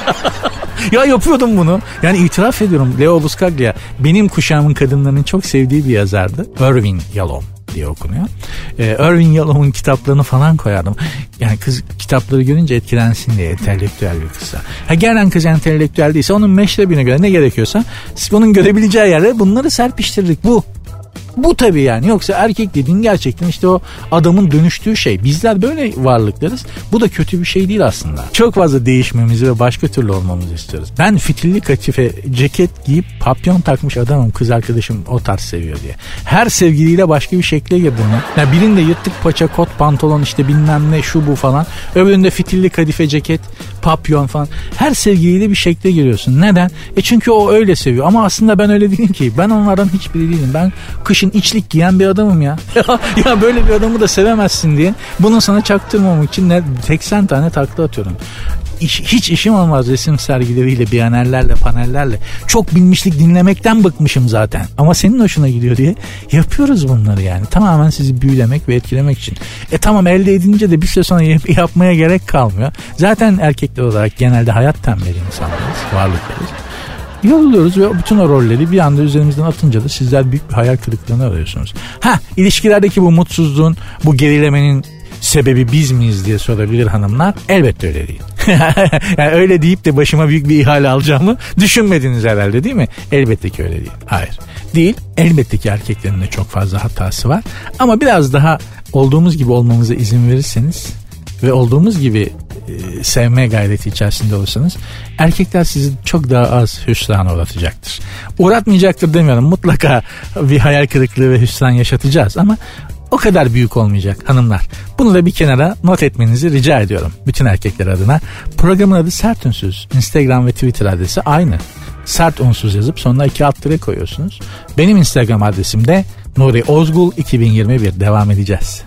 Ya yapıyordum bunu. Yani itiraf ediyorum, Leo Buscaglia benim kuşağımın kadınlarının çok sevdiği bir yazardı. Irving Yalom diye okunuyor. Ee, Irving Yalom'un kitaplarını falan koyardım. Yani kız kitapları görünce etkilensin diye, entelektüel bir kızsa. Ha gelen kız entelektüel değilse onun meşrebine göre ne gerekiyorsa onun görebileceği yerlere bunları serpiştirdik. Bu. Bu tabii yani. Yoksa erkek dediğin gerçekten işte o adamın dönüştüğü şey. Bizler böyle varlıklarız. Bu da kötü bir şey değil aslında. Çok fazla değişmemizi ve başka türlü olmamızı istiyoruz. Ben fitilli katife ceket giyip papyon takmış adamım, kız arkadaşım o tarz seviyor diye. Her sevgiliyle başka bir şekle girdim ya. Yani birinde yırtık paça kot pantolon işte bilmem ne şu bu falan. Öbüründe fitilli kadife ceket, papyon falan. Her sevgiliyle bir şekle giriyorsun. Neden? E çünkü o öyle seviyor. Ama aslında ben öyle değilim ki. Ben onlardan hiçbiri değilim. Ben kışın içlik giyen bir adamım ya. Ya böyle bir adamı da sevemezsin diye bunu sana çaktırmamak için ne seksen tane takla atıyorum. İş, hiç işim olmaz resim sergileriyle, biyanerlerle, panellerle. Çok bilmişlik dinlemekten bıkmışım zaten. Ama senin hoşuna gidiyor diye yapıyoruz bunları yani. Tamamen sizi büyülemek ve etkilemek için. E tamam, elde edince de bir süre sonra yap- yapmaya gerek kalmıyor. Zaten erkekler olarak genelde hayat tembeli insanlarız, varlıklarız. Yoruluyoruz ve bütün o rolleri bir anda üzerimizden atınca da sizler büyük bir hayal kırıklığına arıyorsunuz. Ha, ilişkilerdeki bu mutsuzluğun, bu gerilemenin sebebi biz miyiz diye sorabilir hanımlar. Elbette öyle değil. Yani öyle deyip de başıma büyük bir ihale alacağımı düşünmediniz herhalde, değil mi? Elbette ki öyle değil. Hayır. Değil. Elbette ki erkeklerin de çok fazla hatası var. Ama biraz daha olduğumuz gibi olmamıza izin verirseniz ve olduğumuz gibi e, sevme gayreti içerisinde olursanız erkekler sizi çok daha az hüsrana uğratacaktır. Uğratmayacaktır demiyorum. Mutlaka bir hayal kırıklığı ve hüsran yaşatacağız ama o kadar büyük olmayacak hanımlar. Bunu da bir kenara not etmenizi rica ediyorum. Bütün erkekler adına. Programın adı Sert Unsuz. Instagram ve Twitter adresi aynı. Sert Unsuz yazıp sonuna iki alt tire koyuyorsunuz. Benim Instagram adresim de Nuri Ozgul iki bin yirmi bir. Devam edeceğiz.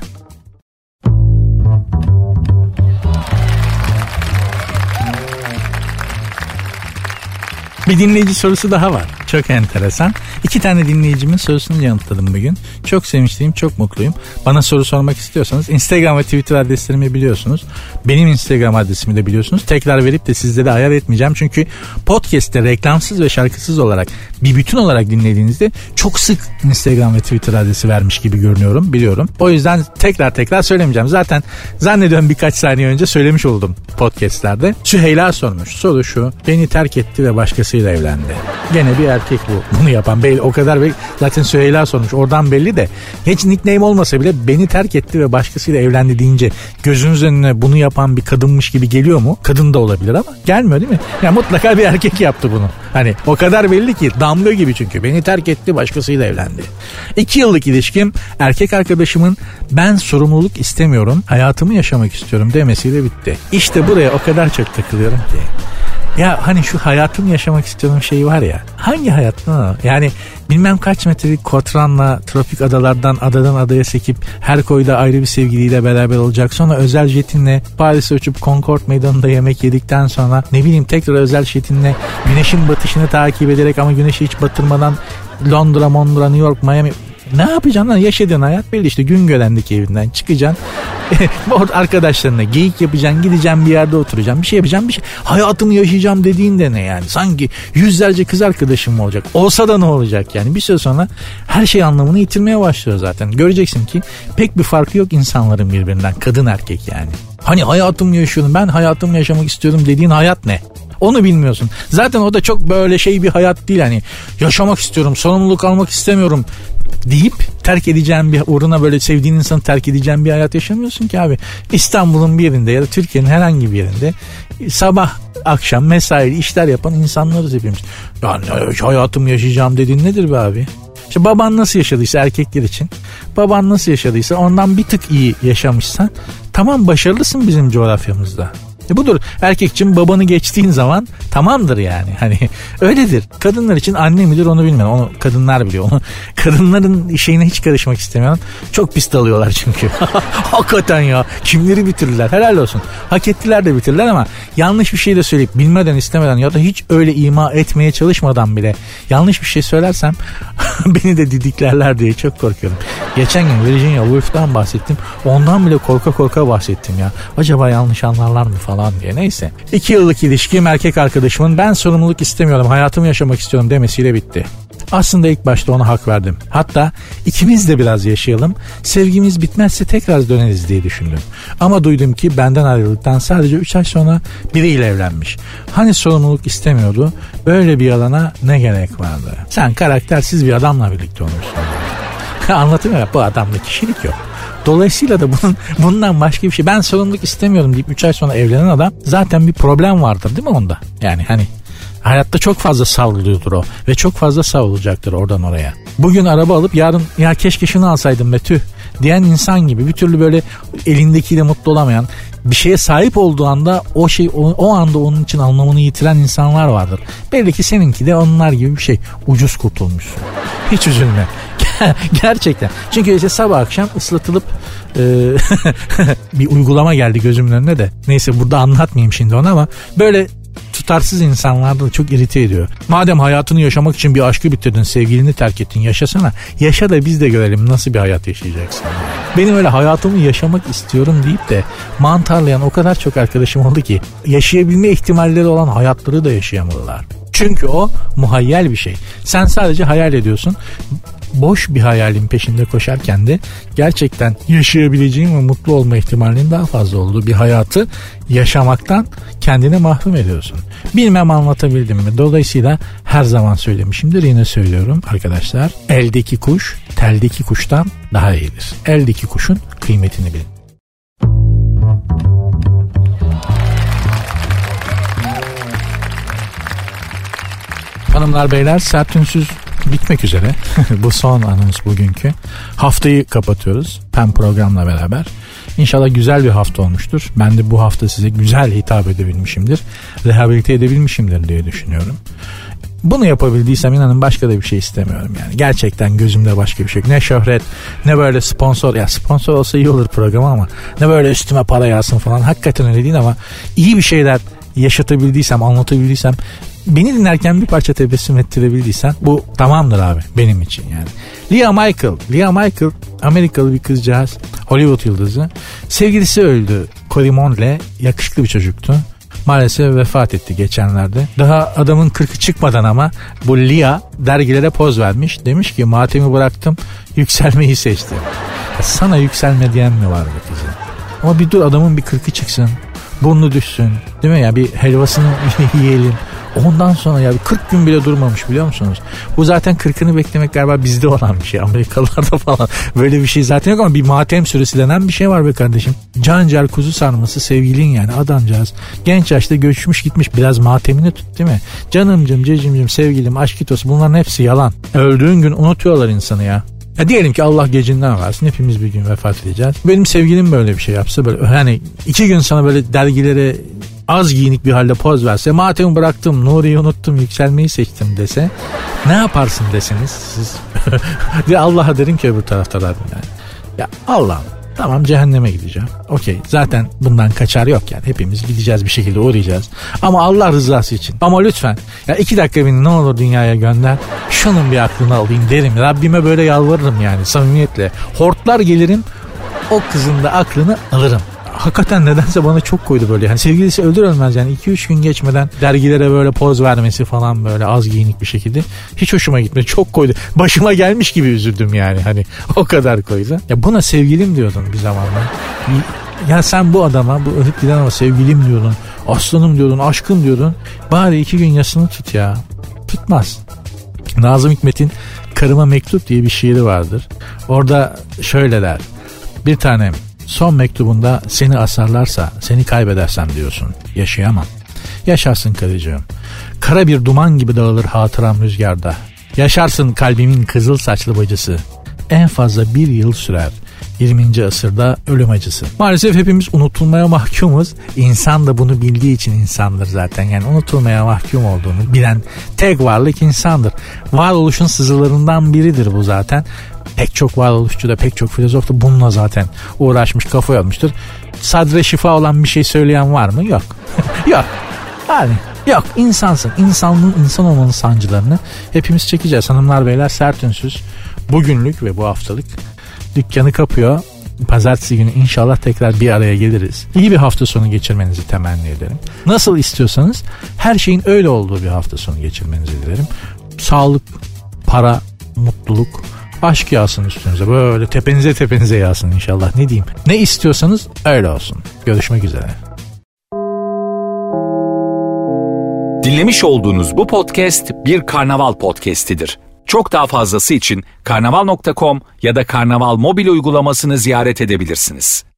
Bir dinleyici sorusu daha var. Çok enteresan. İki tane dinleyicimin sorusunu yanıtladım bugün. Çok sevinçliyim, çok mutluyum. Bana soru sormak istiyorsanız Instagram ve Twitter adreslerimi biliyorsunuz. Benim Instagram adresimi de biliyorsunuz. Tekrar verip de sizlere ayar etmeyeceğim. Çünkü podcast'te reklamsız ve şarkısız olarak bir bütün olarak dinlediğinizde çok sık Instagram ve Twitter adresi vermiş gibi görünüyorum, biliyorum. O yüzden tekrar tekrar söylemeyeceğim. Zaten zannediyorum birkaç saniye önce söylemiş oldum podcast'lerde. Süheyla sormuş. Soru şu: beni terk etti ve başkasıyla evlendi. Gene bir erkek bu. Bunu yapan belli. O kadar belli. Zaten Süheyla sormuş. Oradan belli de. Hiç nickname olmasa bile beni terk etti ve başkasıyla evlendi deyince gözünüz önüne bunu yapan bir kadınmış gibi geliyor mu? Kadın da olabilir ama gelmiyor değil mi? Yani mutlaka bir erkek yaptı bunu. Hani o kadar belli ki, damlıyor gibi çünkü. Beni terk etti, başkasıyla evlendi. İki yıllık ilişkim erkek arkadaşımın ben sorumluluk istemiyorum, hayatımı yaşamak istiyorum demesiyle bitti. İşte buraya o kadar çok takılıyorum ki. Ya hani şu hayatımı yaşamak istiyorum şeyi var ya. Hangi hayat mı? Yani bilmem kaç metrelik kotranla tropik adalardan adadan adaya sekip her koyda ayrı bir sevgiliyle beraber olacak. Sonra özel jetinle Paris'e uçup Concord Meydanı'nda yemek yedikten sonra ne bileyim tekrar özel jetinle güneşin batışını takip ederek ama güneşi hiç batırmadan Londra, Mondra, New York, Miami... Ne yapacaksın lan? Yaşadığın hayat belli işte. Güngören'deki evinden çıkacaksın. Arkadaşlarına geyik yapacaksın. Gideceksin bir yerde oturacaksın. Bir şey yapacaksın. Bir şey. Hayatımı yaşayacağım dediğinde ne yani? Sanki yüzlerce kız arkadaşım mı olacak? Olsa da ne olacak yani? Bir süre sonra her şey anlamını yitirmeye başlıyor zaten. Göreceksin ki pek bir farkı yok insanların birbirinden. Kadın erkek yani. Hani hayatımı yaşıyorum, ben hayatımı yaşamak istiyorum dediğin hayat ne? Onu bilmiyorsun. Zaten o da çok böyle şey bir hayat değil. Hani yaşamak istiyorum, sorumluluk almak istemiyorum deyip terk edeceğin bir uğruna böyle sevdiğin insanı terk edeceğin bir hayat yaşamıyorsun ki abi. İstanbul'un bir yerinde ya da Türkiye'nin herhangi bir yerinde sabah akşam mesaili işler yapan insanlarız hepimiz. Yani hayatımı yaşayacağım dediğin nedir be abi? İşte baban nasıl yaşadıysa erkekler için, baban nasıl yaşadıysa ondan bir tık iyi yaşamışsan tamam, başarılısın bizim coğrafyamızda. E budur. Erkekçim babanı geçtiğin zaman tamamdır yani. Hani öyledir. Kadınlar için anne midir onu bilmem. Onu kadınlar biliyor. Onu kadınların şeyine hiç karışmak istemiyorum. Çok pis dalıyorlar çünkü. Hakikaten ya. Kimleri bitirirler? Helal olsun. Hak ettiler de bitirirler ama yanlış bir şey de söyleyip bilmeden istemeden ya da hiç öyle ima etmeye çalışmadan bile yanlış bir şey söylersem beni de didiklerler diye çok korkuyorum. Geçen gün Virginia Woolf'tan bahsettim. Ondan bile korka korka bahsettim ya. Acaba yanlış anlarlar mı falan diye. Neyse. İki yıllık ilişkim erkek arkadaşımın ben sorumluluk istemiyorum, hayatımı yaşamak istiyorum demesiyle bitti. Aslında ilk başta ona hak verdim. Hatta ikimiz de biraz yaşayalım, sevgimiz bitmezse tekrar döneriz diye düşündüm. Ama duydum ki benden ayrıldıktan sadece üç ay sonra biriyle evlenmiş. Hani sorumluluk istemiyordu, böyle bir yalana ne gerek vardı? Sen karaktersiz bir adamla birlikte olmuşsun. Anlatayım ya, bu adamda kişilik yok. Dolayısıyla da bunun, bundan başka bir şey. Ben sorumluluk istemiyorum deyip üç ay sonra evlenen adam zaten bir problem vardır değil mi onda? Yani hani hayatta çok fazla savruluyordur o ve çok fazla savrulacaktır oradan oraya. Bugün araba alıp yarın ya keşke şunu alsaydım be tüh diyen insan gibi bir türlü böyle elindekiyle mutlu olamayan, bir şeye sahip olduğu anda o şey o, o anda onun için anlamını yitiren insanlar vardır. Belli ki seninki de onlar gibi bir şey. Ucuz kurtulmuşsun. Hiç üzülme. Gerçekten. Çünkü işte sabah akşam ıslatılıp e, bir uygulama geldi gözümün önüne de. Neyse burada anlatmayayım şimdi onu ama böyle tutarsız insanlarda da çok irite ediyor. Madem hayatını yaşamak için bir aşkı bitirdin, sevgilini terk ettin, yaşasana. Yaşa da biz de görelim nasıl bir hayat yaşayacaksın. Benim öyle hayatımı yaşamak istiyorum deyip de mantarlayan o kadar çok arkadaşım oldu ki yaşayabilme ihtimalleri olan hayatları da yaşayamadılar. Çünkü o muhayyel bir şey. Sen sadece hayal ediyorsun. Boş bir hayalin peşinde koşarken de gerçekten yaşayabileceğin ve mutlu olma ihtimalinin daha fazla olduğu bir hayatı yaşamaktan kendini mahrum ediyorsun. Bilmem anlatabildim mi? Dolayısıyla her zaman söylemişimdir, yine söylüyorum arkadaşlar. Eldeki kuş teldeki kuştan daha iyidir. Eldeki kuşun kıymetini bilin. Hanımlar beyler, Sert Ünsüz bitmek üzere. Bu son anımız bugünkü. Haftayı kapatıyoruz P E M programla beraber. İnşallah güzel bir hafta olmuştur. Ben de bu hafta size güzel hitap edebilmişimdir. Rehabilite edebilmişimdir diye düşünüyorum. Bunu yapabildiysem inanın başka da bir şey istemiyorum yani. Gerçekten gözümde başka bir şey yok. Ne şöhret, ne böyle sponsor. Ya sponsor olsa iyi olur programa ama ne böyle üstüme para yağsın falan. Hakikaten öyle değil ama iyi bir şeyler yaşatabildiysem, anlatabildiysem, beni dinlerken bir parça tebessüm ettirebildiysen bu tamamdır abi benim için yani. Lea Michael, Lea Michael Amerikalı bir kızcağız, Hollywood yıldızı. Sevgilisi öldü. Cory Monteith'le yakışıklı bir çocuktu. Maalesef vefat etti geçenlerde. Daha adamın kırkı çıkmadan ama bu Lea dergilere poz vermiş. Demiş ki matemi bıraktım, yükselmeyi seçtim. Ya sana yükselme diyen mi var be kızım? Ama bir dur, adamın bir kırkı çıksın, burnu düşsün, değil mi ya, bir helvasını yiyelim. Ondan sonra ya kırk gün bile durmamış, biliyor musunuz? Bu zaten kırkını beklemek galiba bizde olan bir şey. Amerikalılarda falan böyle bir şey zaten yok ama bir matem süresi denen bir şey var be kardeşim. Cancar kuzu sarması sevgilin yani, adamcağız. Genç yaşta göçmüş gitmiş, biraz matemini tut değil mi? Canımcım, cecimcim, sevgilim, aşkitos, bunların hepsi yalan. Öldüğün gün unutuyorlar insanı ya. Ya diyelim ki Allah gecinden versin, hepimiz bir gün vefat edeceğiz. Benim sevgilim böyle bir şey yapsa, böyle hani iki gün sana böyle dergilere az giyinik bir halde poz verse, matemi bıraktım, Nuri'yi unuttum, yükselmeyi seçtim dese, ne yaparsın deseniz siz? Ve Allah'a derim ki öbür tarafta da yani. Ya Allah'ım, tamam cehenneme gideceğim. Okey, zaten bundan kaçar yok yani. Hepimiz gideceğiz, bir şekilde uğrayacağız. Ama Allah rızası için. Ama lütfen ya iki dakika beni ne olur dünyaya gönder. Şunun bir aklını alayım derim. Rabbime böyle yalvarırım yani samimiyetle. Hortlar gelirim, o kızın da aklını alırım. Hakikaten nedense bana çok koydu böyle. Yani sevgilisi öldür ölmez yani iki üç gün geçmeden dergilere böyle poz vermesi falan, böyle az giyinik bir şekilde. Hiç hoşuma gitmedi. Çok koydu. Başıma gelmiş gibi üzüldüm yani. Hani o kadar koydu. Ya buna sevgilim diyordun bir zamanlar. Ya sen bu adama, bu ölüp giden ama sevgilim diyordun. Aslanım diyordun, aşkım diyordun. Bari iki gün yasını tut ya. Tutmaz. Nazım Hikmet'in Karıma Mektup diye bir şiiri vardır. Orada şöyle der. Bir tanem, son mektubunda seni asarlarsa, seni kaybedersem diyorsun. Yaşayamam. Yaşarsın karıcığım. Kara bir duman gibi dağılır hatıram rüzgarda. Yaşarsın kalbimin kızıl saçlı bacısı. En fazla bir yıl sürer. yirminci asırda ölüm acısı. Maalesef hepimiz unutulmaya mahkumuz. İnsan da bunu bildiği için insandır zaten. Yani unutulmaya mahkum olduğunu bilen tek varlık insandır. Varoluşun sızılarından biridir bu zaten. Pek çok varoluşçu da pek çok filozof da bununla zaten uğraşmış, kafa yormuştur. Sadre şifa olan bir şey söyleyen var mı? Yok. Yok. Yani yok, insansın. İnsanlığın, insan olmanın sancılarını hepimiz çekeceğiz. Hanımlar beyler, Sert Ünsüz bugünlük ve bu haftalık dükkanı kapıyor. Pazartesi günü inşallah tekrar bir araya geliriz. İyi bir hafta sonu geçirmenizi temenni ederim. Nasıl istiyorsanız her şeyin öyle olduğu bir hafta sonu geçirmenizi dilerim. Sağlık, para, mutluluk, aşk yağsın üstünüze. Böyle tepenize tepenize yağsın inşallah. Ne diyeyim? Ne istiyorsanız öyle olsun. Görüşmek üzere. Dinlemiş olduğunuz bu podcast bir Karnaval podcastidir. Çok daha fazlası için karnaval nokta com ya da Karnaval mobil uygulamasını ziyaret edebilirsiniz.